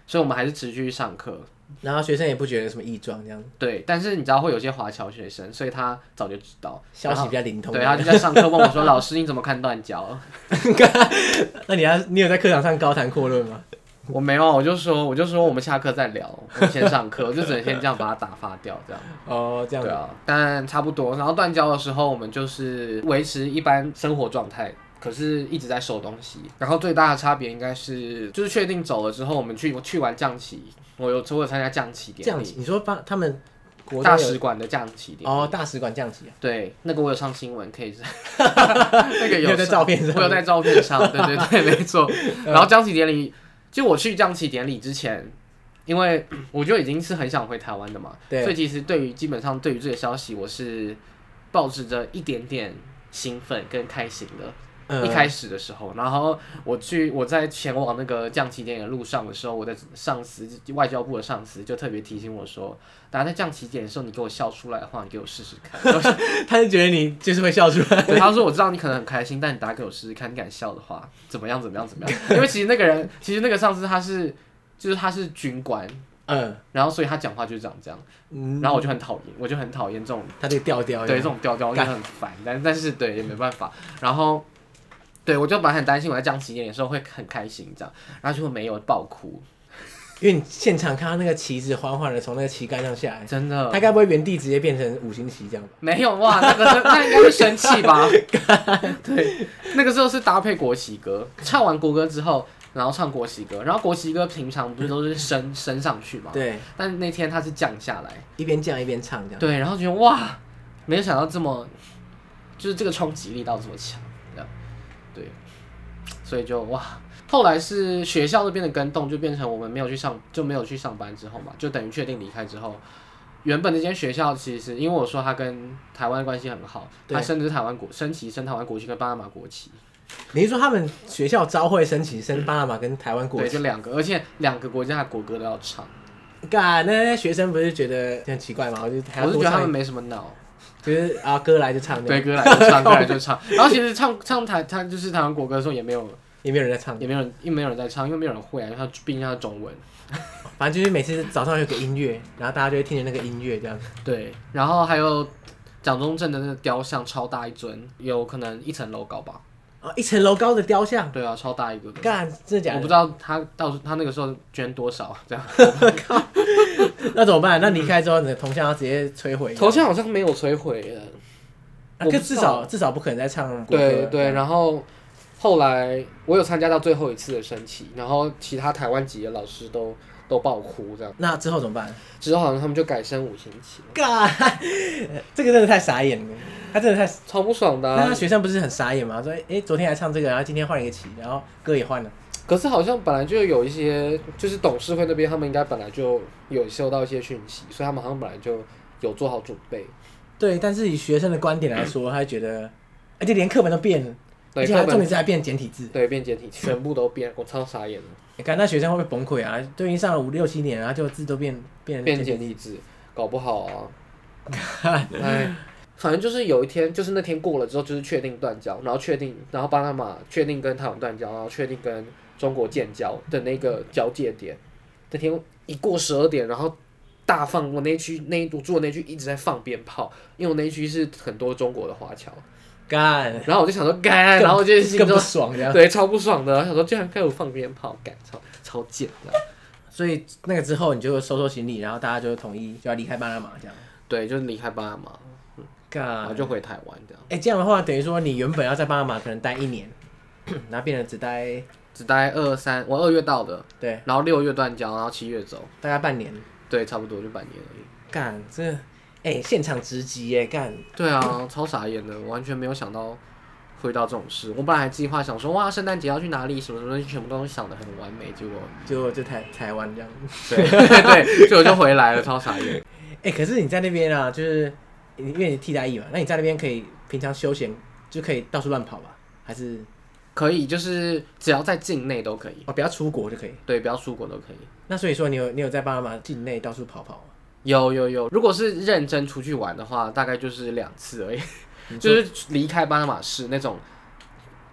所以我们还是持续上课。 然后学生也不觉得有什么异状这样。 对，但是你知道会有些华侨学生，所以他早就知道， 消息比较灵通。 对，他就在上课问我说：“老师你怎么看断交？” 那你有在课堂上高谈阔论吗？ 我没有，我就说我们下课再聊，我们先上课，我就只能先这样把它打发掉，这样。 哦，这样。 对啊，但差不多。然后断交的时候，我们就是维持一般生活状态，可是一直在收东西。然后最大的差别应该是，就是确定走了之后，我们去完降旗，我有参加降旗典礼。 降旗，你说帮他们大使馆的降旗典礼？ 哦，大使馆降旗。 对，那个我有上新闻，可以是那个有在照片上， 我有在照片上，对对对，没错。然后降旗典礼。就我去降旗典礼之前，因为我就已经是很想回台湾的嘛，所以其实基本上对于这个消息，我是抱持着一点点兴奋跟开心的。一开始的时候，然后我在前往那个降旗典礼的路上的时候，我的上司外交部的上司就特别提醒我说，等下在降旗典礼的时候，你给我笑出来的话，你给我试试看。 他就觉得你就是会笑出来。 对，他说我知道你可能很开心，但你等下给我试试看，你敢笑的话，怎么样？因为其实那个上司他是军官。然后所以他讲话就是长这样，然后我就很讨厌这种他这个调调， 对这种调调就很烦，但是对也没办法，然后对我就本来很担心我在降旗典礼的时候会很开心这样，然后结果没有爆哭， 因为你现场看到那个旗子缓缓的从那个旗杆上下来， 真的， 他该不会原地直接变成5星旗这样吧？ 没有哇，那应该是生气吧？对，那个时候是搭配国旗歌，唱完国歌之后。然后唱国旗歌，然后国旗歌平常不是都是升上去嘛？ 对。 但那天它是降下来， 一边降一边唱这样。 对，然后觉得哇，没有想到这么，就是这个冲击力道这么强，这样。对，所以就哇，后来是学校那边的跟动，就变成我们没有去上班之后嘛，就等于确定离开之后，原本那间学校其实因为我说他跟台湾关系很好，他升的是升台湾国旗跟巴拿马国旗。 你是说他们学校朝会升旗升巴拿马跟台湾国旗？ 对，就2个，而且2个国家的国歌都要唱。 干，那学生不是觉得很奇怪吗？我是觉得他们没什么脑， 就是歌来就唱。 对，歌来就唱，歌来就唱。然后其实唱他就是台湾国歌的时候也没有人在唱， 也没有人在唱，因为没有人会啊，因为他毕竟他是中文。 反正就是每次早上有个音乐，然后大家就会听着那个音乐这样。 对，然后还有蒋中正的那个雕像超大一尊，有可能1层楼高吧。 1层楼高的雕像， 对啊，超大一个。 干，真的假的？ 我不知道他那个时候捐多少，这样。 那怎么办？那离开之后，你的铜像要直接摧毁？ 铜像好像没有摧毁了。 至少不可能再唱国歌。对，然后后来我有参加到最后一次的升旗，然后其他台湾籍的老师都爆哭这样。 那之后怎么办？ 之后好像他们就改升5星旗。 干，这个真的太傻眼了。他真的太超不爽的。 那学生不是很傻眼吗？说昨天还唱这个，然后今天换一个旗，然后歌也换了。 可是好像本来就有一些，就是董事会那边他们应该本来就有收到一些讯息，所以他们好像本来就有做好准备。 对，但是以学生的观点来说，他觉得，而且连课本都变了，而且重点是还变简体字。 对，变简体，全部都变，我超傻眼了。 你看那学生会不会崩溃啊？都已经上了5、6、7年，然后就字都变简体字，搞不好啊。哎。反正就是有一天，就是那天过了之后，就是确定断交，然后巴拿马确定跟台湾断交，然后确定跟中国建交的那个交界点，那天一过12点，然后大放我住的那区一直在放鞭炮，因为我那一区是很多中国的华侨， 干， 然后我就想说干，然后我就心中更不爽这样， 对，超不爽的，我想说居然开始放鞭炮，干，超贱的。 所以那个之后你就收行李，然后大家就统一就要离开巴拿马这样， 对，就是离开巴拿马。然后就回台湾这样。 这样的话等于说你原本要在巴拿马可能待1年，然后变成只待 2、3，我2月到的， 对， 然后6月断交，然后7月走， 大概半年， 对，差不多就半年而已。 干，这现场直击干， 对啊，超傻眼的，完全没有想到会到这种事。我本来还计划想说，哇，圣诞节要去哪里，什么什么，全部都想得很完美，结果就台湾这样， 对，所以我就回来了，超傻眼。 可是你在那边啊，就是因为你替代役嘛，那你在那边可以平常休闲就可以到处乱跑吧？还是可以，就是只要在境内都可以。 不要出国就可以。 对，不要出国都可以。 那所以说你有在巴拿马境内到处跑吗？ 有，如果是认真出去玩的话，大概就是2次而已，就是离开巴拿马市那种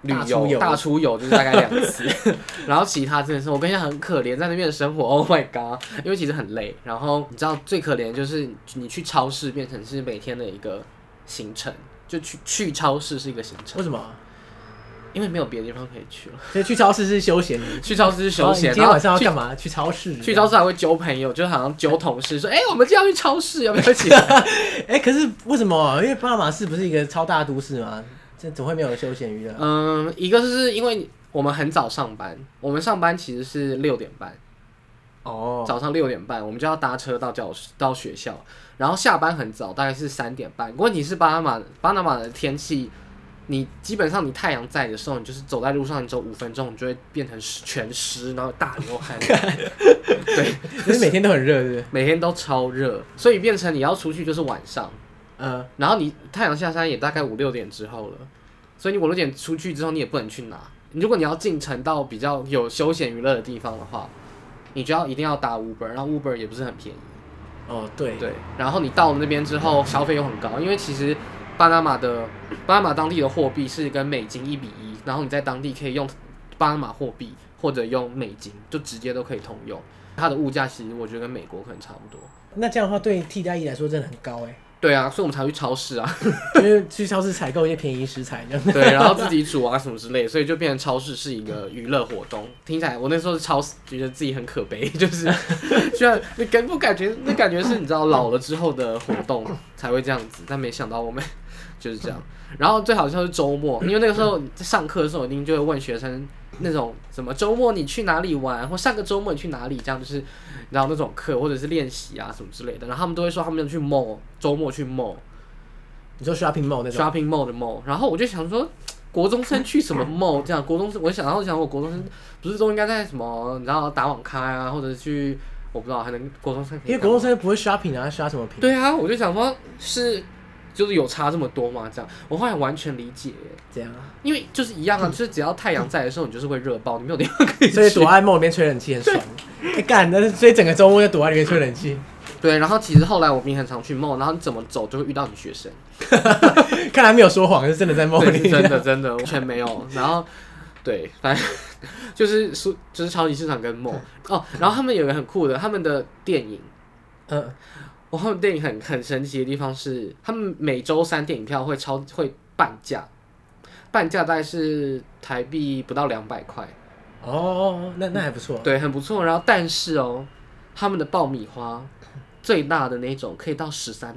大出游就是大概2次，然后其他真的是我跟你讲很可怜，在那边的生活 ，Oh my god， 因为其实很累。然后你知道最可怜的就是你去超市变成是每天的一个行程，就去超市是一个行程。 为什么？ 因为没有别的地方可以去了。 所以去超市是休闲， 去超市是休闲。 今天晚上要干嘛？去超市。 去超市还会揪朋友，就好像揪同事说：“我们今天要去超市，要不要一起来？” 可是为什么？因为巴拿马市不是一个超大都市吗？这怎么会没有休闲娱乐？ 一个是因为我们很早上班，我们上班其实是6点半。早上6点半，我们就要搭车到学校，然后下班很早，大概是3点半。问题是巴拿马的天气。你基本上你太阳在的时候，你就是走在路上，你走5分钟，你就会变成全湿，然后大流汗。对， 可是每天都很热，是不是？ 每天都超热，所以变成你要出去就是晚上，然后你太阳下山也大概5、6点之后了，所以你5、6点出去之后，你也不能去哪。如果你要进城到比较有休闲娱乐的地方的话，你就一定要打 Uber， 然后 Uber 也不是很便宜。 对， 然后你到了那边之后，消费又很高，因为其实。巴拿马当地的货币是跟美金1:1，然后你在当地可以用巴拿马货币或者用美金，就直接都可以通用。它的物价其实我觉得跟美国可能差不多。 那这样的话，对替代役来说真的很高对啊，所以我们才会去超市啊， 因为去超市采购一些便宜食材这样。 对，然后自己煮啊什么之类的，所以就变成超市是一个娱乐活动。听起来我那时候是觉得自己很可悲，就是虽然你感觉是你知道老了之后的活动才会这样子，但没想到我们就是这样。然后最好像是周末，因为那个时候在上课的时候，一定就会问学生那种什么周末你去哪里玩，或上个周末你去哪里，这样就是然后那种课或者是练习啊什么之类的。然后他们都会说他们要去 mall， 周末去 mall。 你说 shopping mall 那种 shopping mall 的 mall， 然后我就想说，国中生去什么 mall 这样？我想我国中生不是都应该在什么，你知道打网咖啊，或者是去我不知道还能国中生可以， 因为国中生不会 shopping 啊，shop 什么品？ 对啊，我就想说就是有差这么多吗？这样，我后来完全理解。 这样因为就是一样啊，就是只要太阳在的时候，你就是会热爆，你没有地方可以去。 所以躲在 mall 里面吹冷气很爽。所以整个周末就躲在里面吹冷气。 对，然后其实后来我们也很常去 mall， 然后你怎么走就会遇到女学生。 看来没有说谎，是真的在 mall 里面。 真的完全没有。然后对，反正就是超级市场跟 mall 然后他们有一个很酷的，他们的电影，他们电影很神奇的地方是，他们每周3电影票会半价，大概是台币不到200块。 那还不错。 对，很不错。然后但是他们的爆米花最大的那种可以到$13。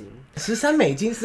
$13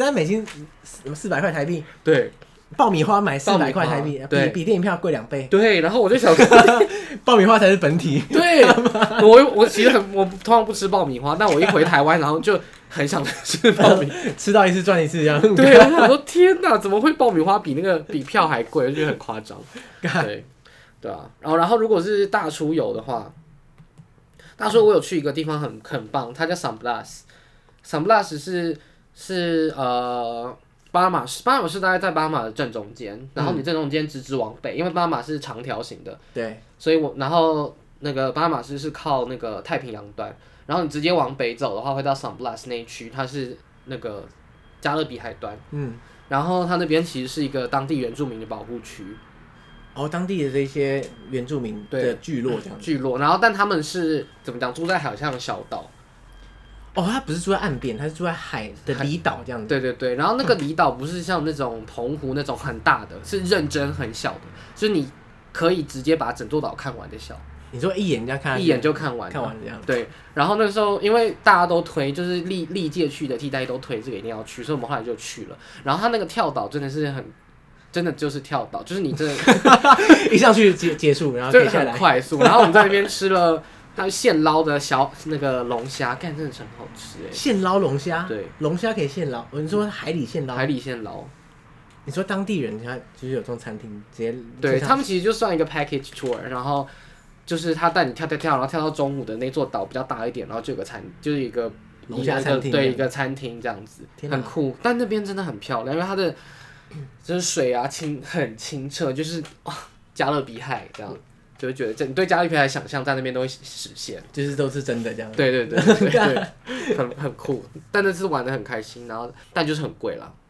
400块台币。 对。 爆米花买400块台币，比电影票贵2倍。 对，然后我就想说， 爆米花才是本体。 对，我其实我通常不吃爆米花，但我一回台湾，然后就很想吃爆米， 吃到一次赚一次这样。 对，我说天哪，怎么会爆米花比票还贵？我觉得很夸张。对啊，然后如果是大出游的话，我有去一个地方很棒，它叫 San Blas。San Blas 是巴拿马市大概在巴拿马的正中间，然后你正中间直往北，因为巴拿马是长条形的， 对， 所以然后那个巴拿马市是靠那个太平洋端，然后你直接往北走的话，会到 San Blas 那一区，它是那个加勒比海端，然后它那边其实是一个当地原住民的保护区。 当地的这些原住民的聚落这样子。 聚落，然后但他们是怎么讲？住在好像小岛。 他不是住在岸边，他是住在海的离岛这样子。 对，然后那个离岛不是像那种澎湖那种很大的，是认真很小的，就是你可以直接把整座岛看完的小。 你说一眼这样看， 一眼就看完， 这样。 对，然后那个时候因为大家都推，就是历届去的替代都推这个一定要去，所以我们后来就去了。然后他那个跳岛真的就是跳岛，就是你真的一上去结束，然后可以下来， 很快速。然后我们在那边吃了。它现捞的那个龙虾，真的很好吃现捞龙虾， 对， 龙虾可以现捞。你说海里现捞？ 海里现捞。 你说当地人他就是有这种餐厅直接？ 对，他们其实就算一个 package tour， 然后就是他带你跳，然后跳到中午的那座岛比较大一点，然后就有个就是一个龙虾餐厅， 对，一个餐厅这样子，很酷。但那边真的很漂亮，因为它的就是水啊很清澈，就是加勒比海这样。就会觉得你对加勒比海的想象在那边都会实现， 就是都是真的这样。 对，很酷，但那次玩得很开心，然后但就是很贵啦。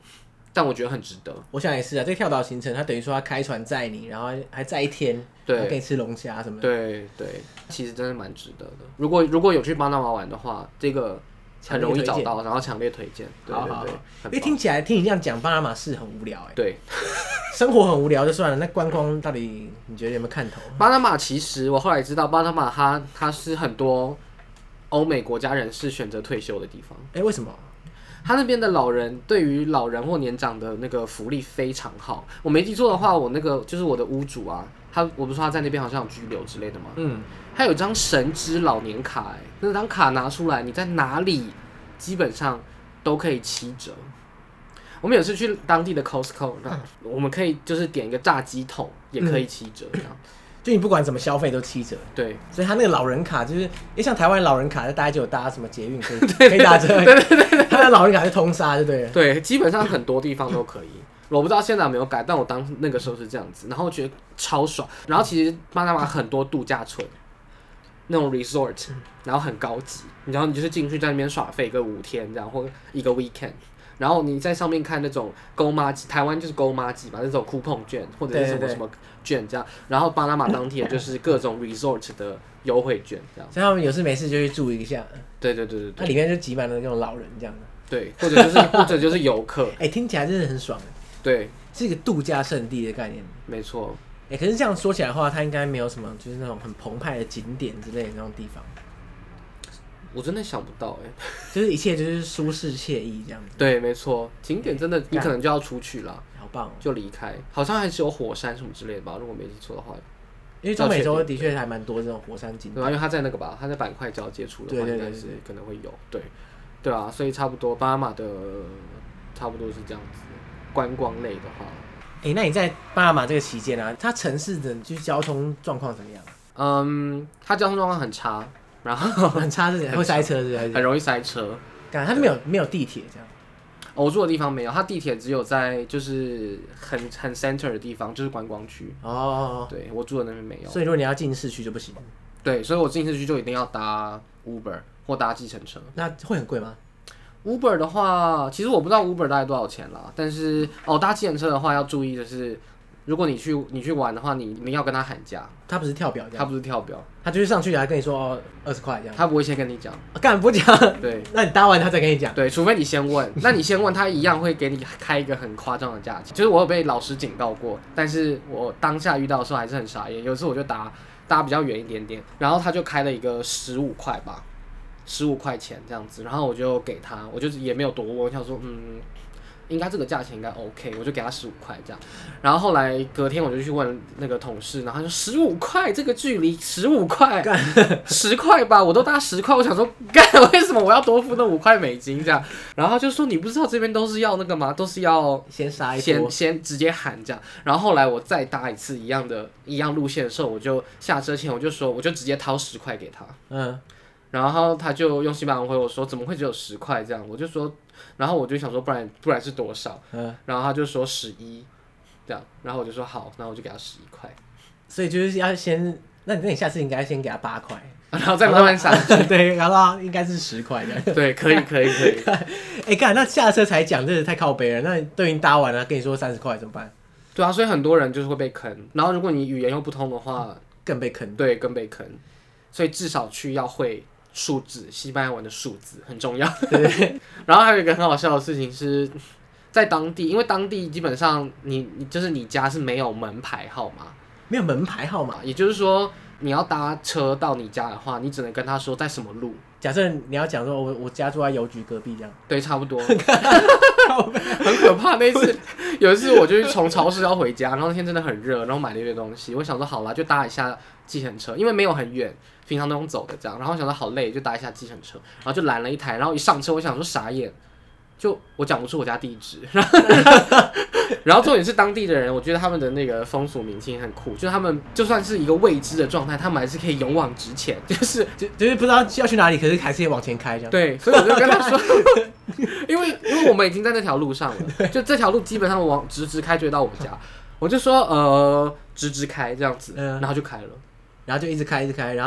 但我觉得很值得。 我想也是啊，这个跳岛行程，它等于说它开船载你，然后还载一天， 对， 然后给你吃龙虾什么的。 对对，其实真的蛮值得的。如果有去巴拿马玩的话，这个很容易找到，然后强烈推荐。对对对， 因为听你这样讲，巴拿马是很无聊对， 生活很无聊就算了，那观光到底你觉得有没有看头？ 巴拿马其实我后来知道，巴拿马它是很多欧美国家人士选择退休的地方。 为什么？ 他那边的老人对于老人或年长的那个福利非常好。我没记错的话，我那个就是我的屋主啊，我不是说他在那边好像有居留之类的吗？他有一张神之老年卡，那张卡拿出来，你在哪里基本上都可以7折。我们有次去当地的 Costco，我们可以就是点一个炸鸡桶，也可以7折这样。 就你不管怎么消费都7折， 对， 所以他那个老人卡就是，像台湾老人卡，大家就有搭什么捷运可以打折，对，他的老人卡是通杀就对了， 对，基本上很多地方都可以。我不知道现在有没有改，但我当那个时候是这样子，然后觉得超爽。然后其实巴拿马很多度假村，那种 resort， 然后很高级，然后你就是进去在那边耍废个5天这样，或一个 weekend。然后你在上面看那种勾妈机，台湾就是勾妈机嘛，那种 coupon 券或者是什么什么券这样。然后巴拿马当地的就是各种 resort 的优惠券这样。 所以他们有事没事就去住一下。 对对对对对。 它里面就挤满了那种老人这样的。 对，或者就是游客。 听起来真的很爽。 对， 是一个度假胜地的概念。 没错。 可是这样说起来的话，它应该没有什么就是那种很澎湃的景点之类的那种地方。 我真的想不到就是一切就是舒适惬意这样子。 对，没错，景点真的你可能就要出去了， 好棒就离开。好像还是有火山什么之类的吧，如果没记错的话。 因为中美洲的确还蛮多这种火山景点， 对吧？因为它在那个吧，它在板块交接处的话，应该是可能会有，对啊，所以差不多巴拿马的差不多是这样子。观光类的话， 那你在巴拿马这个期间啊，它城市的就是交通状况怎么样？ 它交通状况很差。然后很差是会塞车是很容易塞车。 它没有地铁这样。 我住的地方没有，它地铁只有在就是很 center 的地方，就是观光区。对，我住的那边没有。 所以如果你要进市区就不行。 对，所以我进市区就一定要搭 Uber 或搭计程车。那会很贵吗？ Uber 的话，其实我不知道 Uber 大概多少钱啦，但是搭计程车的话要注意的是，如果你去玩的话，你要跟他喊价。 他不是跳表这样。 他不是跳表， 他就是上去来跟你说20块这样。 他不会先跟你讲。 干不讲？ 对。 那你搭完他再跟你讲。 对，除非你先问。那你先问他一样会给你开一个很夸张的价钱。就是我有被老师警告过，但是我当下遇到的时候还是很傻眼。有时候我就搭比较远一点点，然后他就开了一个15块吧，15块钱这样子，然后我就给他，我就也没有多问，我想说应该这个价钱应该 OK， 我就给他15块这样。然后后来隔天我就去问那个同事，然后他说15块这个距离15块，10块吧，我都搭10块，我想说干为什么我要多付那5块美金这样？然后他就说你不知道这边都是要那个吗？都是要先杀一波， 先直接喊这样。然后后来我再搭一次一样路线的时候，我就下车前我就直接掏10块给他，然后他就用西班牙文回我说怎么会只有10块这样？我就说。然后我就想说，不然是多少？然后他就说11，这样，然后我就说好，然后我就给他11块。所以就是要先，那你下次应该先给他8块， 然后再慢慢上去。 对，然后应该是10块的。 对，可以。 干，那下车才讲，真的太靠北了。那都已经搭完了，跟你说30块怎么办？ 对啊，所以很多人就是会被坑。然后如果你语言又不通的话， 更被坑。 对，更被坑。所以至少去要会。数字，西班牙文的数字很重要。对。然后还有一个很好笑的事情是，在当地，因为当地基本上你就是你家是没有门牌号码， 没有门牌号码， 也就是说你要搭车到你家的话，你只能跟他说在什么路。 假设你要讲说我家住在邮局隔壁这样。 对，差不多。很可怕。有一次我就从超市要回家，然后那天真的很热，然后买了一堆东西，我想说好啦，就搭一下计程车，因为没有很远。平常都用走的这样，然后想说好累，就搭一下计程车，然后就拦了一台，然后一上车，我想说傻眼，就我讲不出我家地址，然后重点是当地的人，我觉得他们的那个风俗民情很酷，就是他们就算是一个未知的状态，他们还是可以勇往直前，就是不知道要去哪里，可是还是往前开这样。 对，所以我就跟他说，因为我们已经在那条路上了，就这条路基本上我往直开就会到我家，我就说直开这样子，然后就开了。 然后就一直开，然后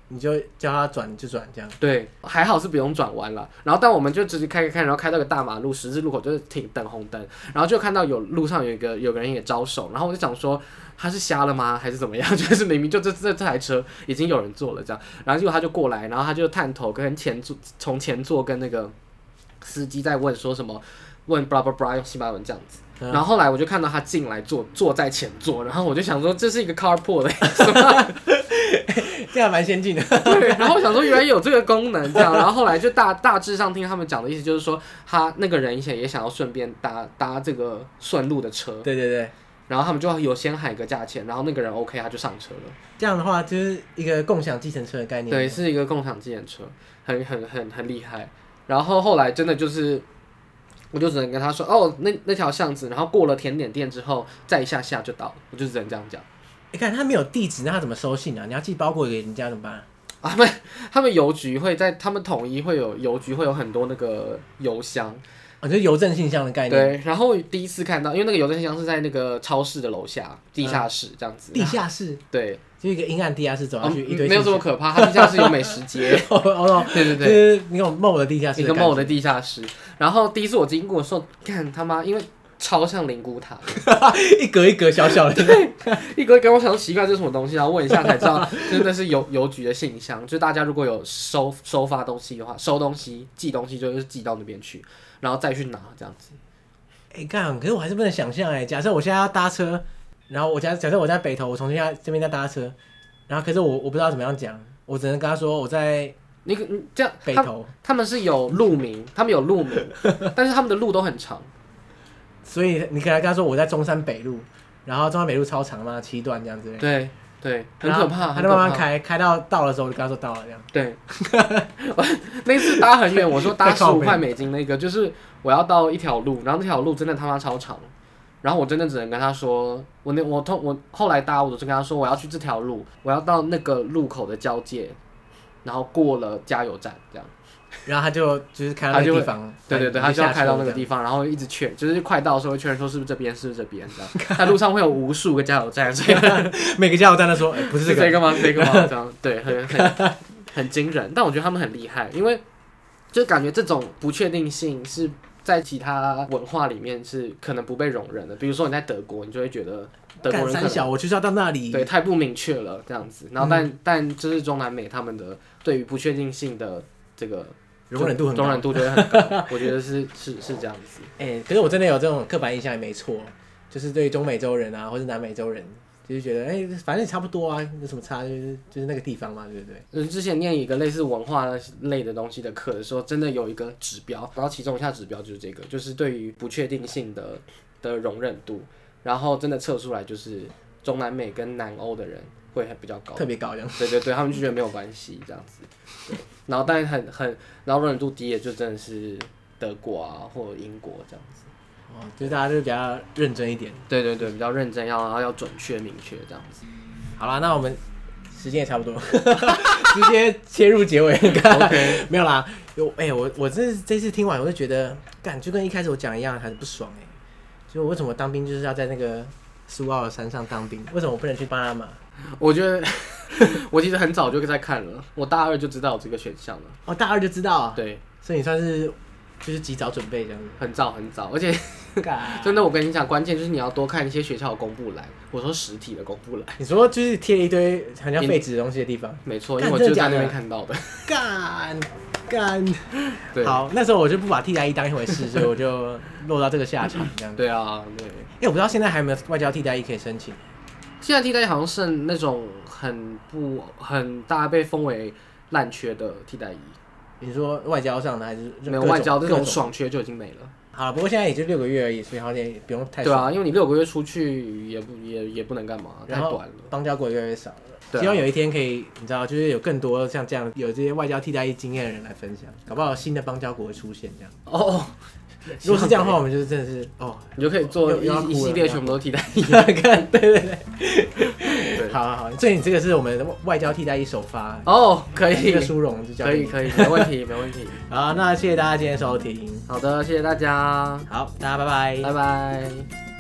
你就叫他转就转这样。 对，还好是不用转弯了。然后但我们就直接开，然后开到个大马路十字路口，就是等红灯，然后就看到路上有个人也招手，然后我就想说他是瞎了吗还是怎么样？就是明明就这台车已经有人坐了这样，然后结果他就过来，然后他就探头跟从前座跟那个司机在问说什么，问 blah blah blah 用西班牙文这样子。然后后来我就看到他进来坐在前座，然后我就想说这是一个 carpool 的意思吗？ 这样蛮先进的。 对，然后我想说原来有这个功能这样，然后后来就大致上听他们讲的意思就是说，他那个人也想要顺便搭这个顺路的车。 对对对。 然后他们就有先喊一个价钱，然后那个人 OK 他就上车了。 这样的话就是一个共享计程车的概念。 对，是一个共享计程车，很厉害。然后后来真的就是。我就只能跟他说哦，那条巷子，然后过了甜点店之后，再一下就到了，我就只能这样讲。 你看他没有地址，那他怎么收信啊？你要寄包裹给人家怎么办啊？他们邮局会在他们统一会有邮局会有很多那个邮箱， 就是邮政信箱的概念。 对，然后第一次看到，因为那个邮政信箱是在那个超市的楼下地下室这样子。 地下室？ 对。 就一个阴暗地下室走下去，一堆没有这么可怕，它地下室有美食街。对， 就是那种 mall 的地下室， 一个 mall 的地下室。然后第一次我经过的时候，看他妈，因为超像灵骨塔， 一格一格小小的， 对，一格一格，我想说奇怪这是什么东西，然后问一下才知道，真的是邮局的信箱，就大家如果有收发东西的话，收东西寄东西就是寄到那边去，然后再去拿这样子。 干，可是我还是不能想象假设我现在要搭车。然后假设我在北投，我从这边在搭车，然后可是我不知道怎么样讲，我只能跟他说我在你这样北投， 他们是有路名，但是他们的路都很长， 所以你可以跟他说我在中山北路，然后中山北路超长嘛，7段这样子。 对，很可怕。 他就慢慢开到的时候，我就跟他说到了这样。 对，那次搭很远，我说搭15块美金那个，就是我要到一条路，然后那条路真的他妈超长。然后我真的只能跟他说，我后来搭，我就跟他说我要去这条路，我要到那个路口的交界，然后过了加油站这样， 然后他就是开到那个地方， 对，他就要开到那个地方，然后一直确，就是快到的时候会确认说是不是这边这样，他路上会有无数个加油站，所以每个加油站都说，不是这个吗？这样，对，很惊人，但我觉得他们很厉害，因为就感觉这种不确定性是。在其他文化里面是可能不被容忍的，比如说你在德国，你就会觉得德国人可能我就是要到那里， 对，太不明确了这样子。然后但就是中南美他们的对于不确定性的这个容忍度就会很高，我觉得是这样子。 可是我真的有这种刻板印象也没错，就是对于中美洲人啊，或是南美洲人。就是觉得反正也差不多啊，有什么差就是那个地方嘛，对不对？ 之前念一个类似文化类的东西的课的时候，真的有一个指标，然后其中一项指标就是这个，就是对于不确定性的容忍度，然后真的测出来就是中南美跟南欧的人会比较高， 特别高这样。 对，他们就觉得没有关系这样子。对，然后但然后容忍度低的就真的是德国啊或者英国这样子。 就是大家就比较认真一点， 对，比较认真，要准确明确这样子。 好啦，那我们时间也差不多，直接切入结尾。OK， 没有啦。我这次听完，我就觉得，就跟一开始我讲一样，很不爽就为什么当兵就是要在那个苏澳的山上当兵？为什么我不能去巴拿马？ 我觉得我其实很早就在看了，我大2就知道有这个选项了。 大2就知道啊？ 对， 所以你算是。就是及早准备这样子， 很早，而且真的，我跟你讲，关键就是你要多看一些学校的公布栏。我说实体的公布栏， 你说就是贴一堆很像废纸的东西的地方， 没错，因为我就在那边看到的。 干，好，那时候我就不把替代役当一回事，所以我就落到这个下场这样子。 对啊，对。 我不知道现在还有没有外交替代役可以申请。 现在替代役好像剩那种很大家被封为烂缺的替代役。 你说外交上的还是没有外交这种爽缺就已经没了。 好，不过现在也就6个月而已，所以好像也不用太。 对啊，因为你6个月出去也不能干嘛，太短了。 邦交国越来越少了，希望有一天可以，你知道，就是有更多像这样有这些外交替代役经验的人来分享，搞不好新的邦交国会出现这样。 哦， 如果是这样的话，我们就是真的是你就可以做一系列全部都替代役。 看，对。好，所以你这个是我们的外交替代役首发可以， 这个殊荣就交给你， 可以，没问题。 好，那谢谢大家今天收听。 好的，谢谢大家。 好，大家拜拜， 拜拜。